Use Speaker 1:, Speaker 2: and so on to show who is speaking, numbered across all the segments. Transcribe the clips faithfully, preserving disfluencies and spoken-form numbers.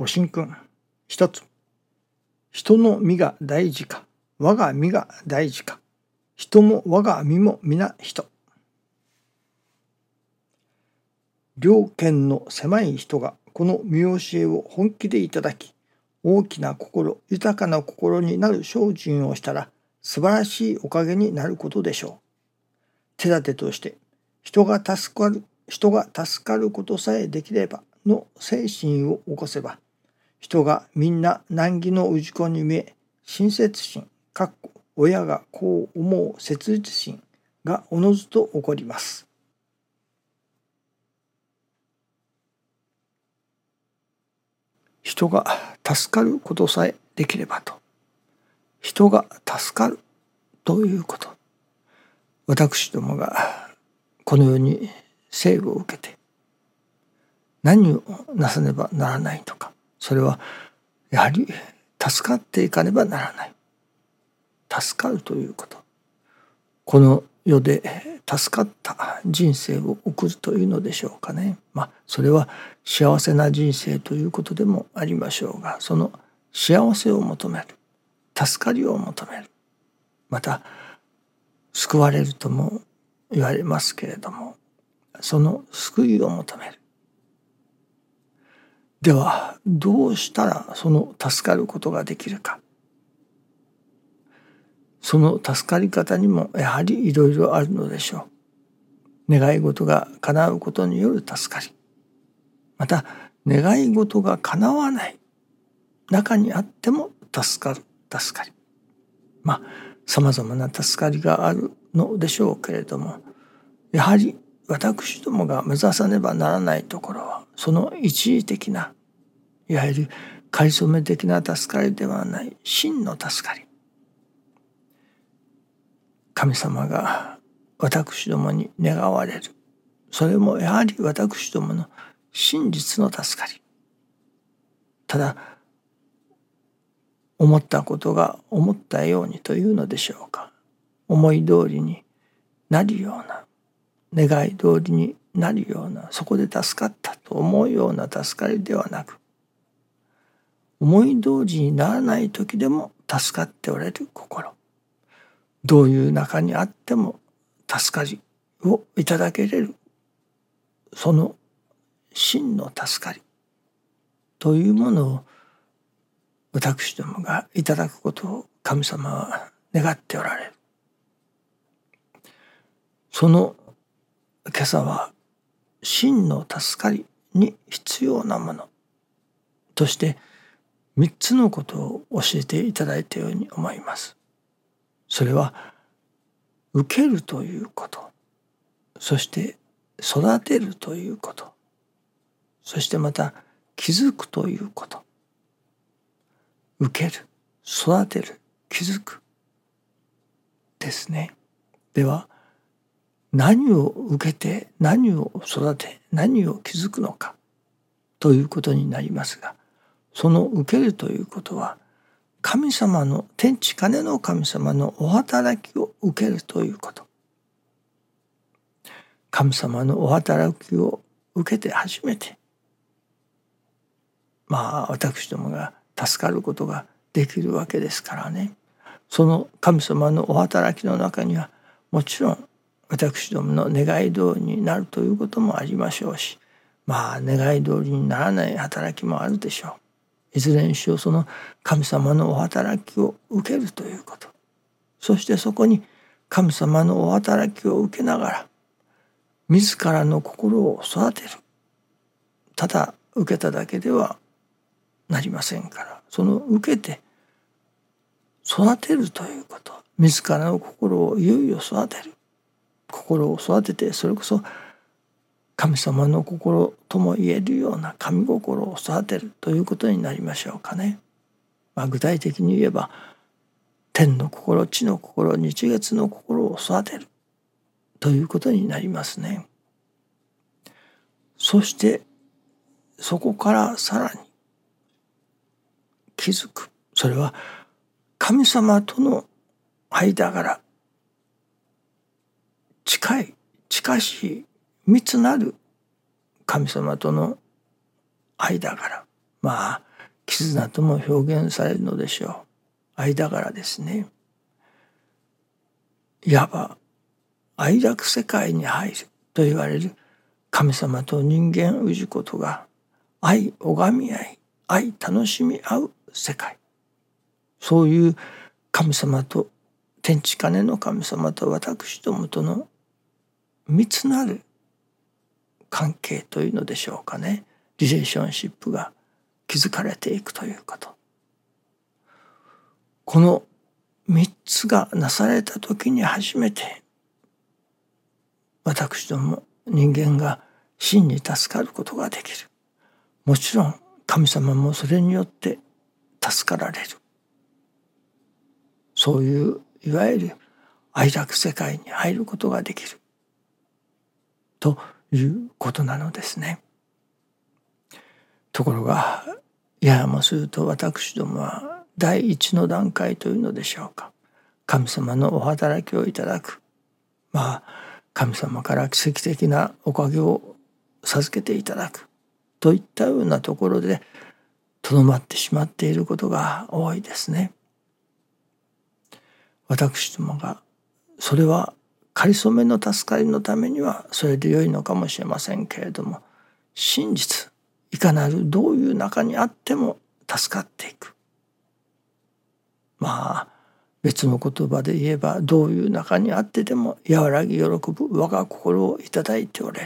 Speaker 1: ご神君。一つ。人の身が大事か、我が身が大事か。人も我が身も皆人。両見の狭い人がこの見教えを本気でいただき、大きな心、豊かな心になる精進をしたら、素晴らしいおかげになることでしょう。手立てとして、人が助かる、人が助かることさえできればの精神を起こせば、人がみんな難儀の氏子に見え、親切心、かっこ親がこう思う切実心がおのずと起こります。人が助かることさえできればと。人が助かるということ。私どもがこの世に生を受けて何をなさねばならないとか、それはやはり助かっていかねばならない。助かるということ。この世で助かった人生を送るというのでしょうかね。まあそれは幸せな人生ということでもありましょうが、その幸せを求める、助かりを求める、また救われるとも言われますけれども、その救いを求める。ではどうしたらその助かることができるか。その助かり方にもやはりいろいろあるのでしょう。願い事が叶うことによる助かり、また願い事が叶わない中にあっても助かる助かり、まあさまざまな助かりがあるのでしょうけれども、やはり私どもが目指さねばならないところは、その一時的ないわゆるかりそめ的な助かりではない真の助かり。神様が私どもに願われる、それもやはり私どもの真実の助かり。ただ思ったことが思ったようにというのでしょうか、思い通りになるような、願い通りになるような、そこで助かったと思うような助かりではなく、思い通りにならない時でも助かっておられる心、どういう中にあっても助かりをいただけれる、その真の助かりというものを私どもがいただくことを神様は願っておられる。その今朝は真の助かりに必要なものとして三つのことを教えていただいたように思います。それは受けるということ、そして育てるということ、そしてまた気づくということ。受ける、育てる、気づくですね。では何を受けて何を育て何を気づくのかということになりますが、その受けるということは神様の天地金の神様のお働きを受けるということ。神様のお働きを受けて初めてまあ私どもが助かることができるわけですからね。その神様のお働きの中にはもちろん私どもの願い通りになるということもありましょうし、まあ願い通りにならない働きもあるでしょう。いずれにしろその神様のお働きを受けるということ、そしてそこに神様のお働きを受けながら自らの心を育てる。ただ受けただけではなりませんから、その受けて育てるということ、自らの心をいよいよ育てる、心を育てて、それこそ神様の心とも言えるような神心を育てるということになりましょうかね。まあ、具体的に言えば天の心、地の心、日月の心を育てるということになりますね。そしてそこからさらに気づく、それは神様との間柄、近い近しい密なる神様との間柄、まあ絆とも表現されるのでしょう。間柄ですね。いわば愛楽世界に入ると言われる神様と人間氏ことが愛拝み合い愛楽しみ合う世界、そういう神様と天地金の神様と私どもとの密なる関係というのでしょうかね。リレーションシップが築かれていくということ、この三つがなされた時に初めて私ども人間が真に助かることができる。もちろん神様もそれによって助かられる。そういういわゆる愛楽世界に入ることができるということなのですね。ところがややもすると私どもは第一の段階というのでしょうか、神様のお働きをいただく、まあ神様から奇跡的なおかげを授けていただくといったようなところでとどまってしまっていることが多いですね。私どもがそれはかりそめの助かりのためにはそれで良いのかもしれませんけれども、真実いかなるどういう中にあっても助かっていく、まあ別の言葉で言えばどういう中にあってでも和らぎ喜ぶ我が心をいただいておれる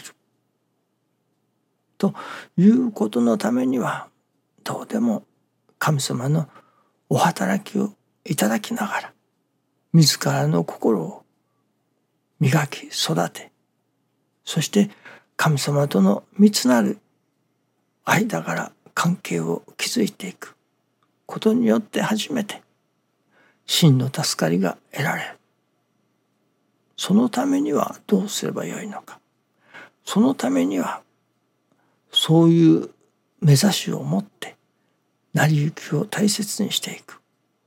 Speaker 1: ということのためには、どうでも神様のお働きをいただきながら自らの心を磨き育て、そして神様との密なる間柄関係を築いていくことによって初めて真の助かりが得られる。そのためにはどうすればよいのか。そのためにはそういう目指しを持って成り行きを大切にしていく。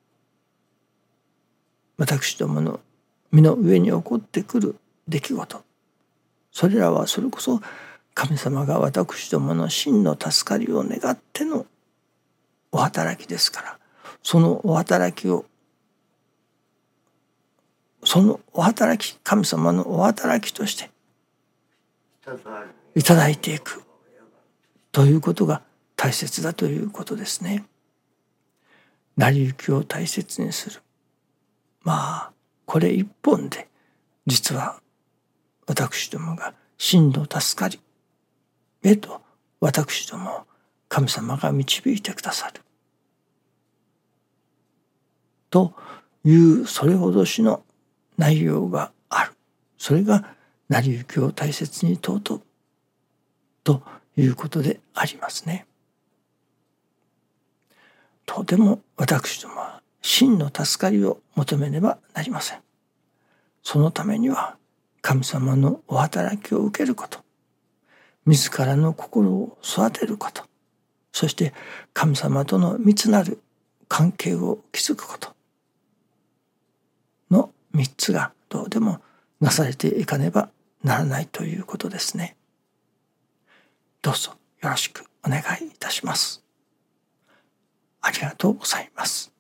Speaker 1: 私どもの身の上に起こってくる出来事、それらはそれこそ神様が私どもの真の助かりを願ってのお働きですから、そのお働きをそのお働き神様のお働きとしていただいていくということが大切だということですね。成り行きを大切にする、まあこれ一本で実は私どもが真の助かりへと私どもを神様が導いてくださるというそれほどしの内容がある。それが成り行きを大切に尊ぶということでありますね。とても私どもは真の助かりを求めねばなりません。そのためには神様のお働きを受けること、自らの心を育てること、そして神様との密なる関係を築くことの三つがどうでもなされていかねばならないということですね。どうぞよろしくお願いいたします。ありがとうございます。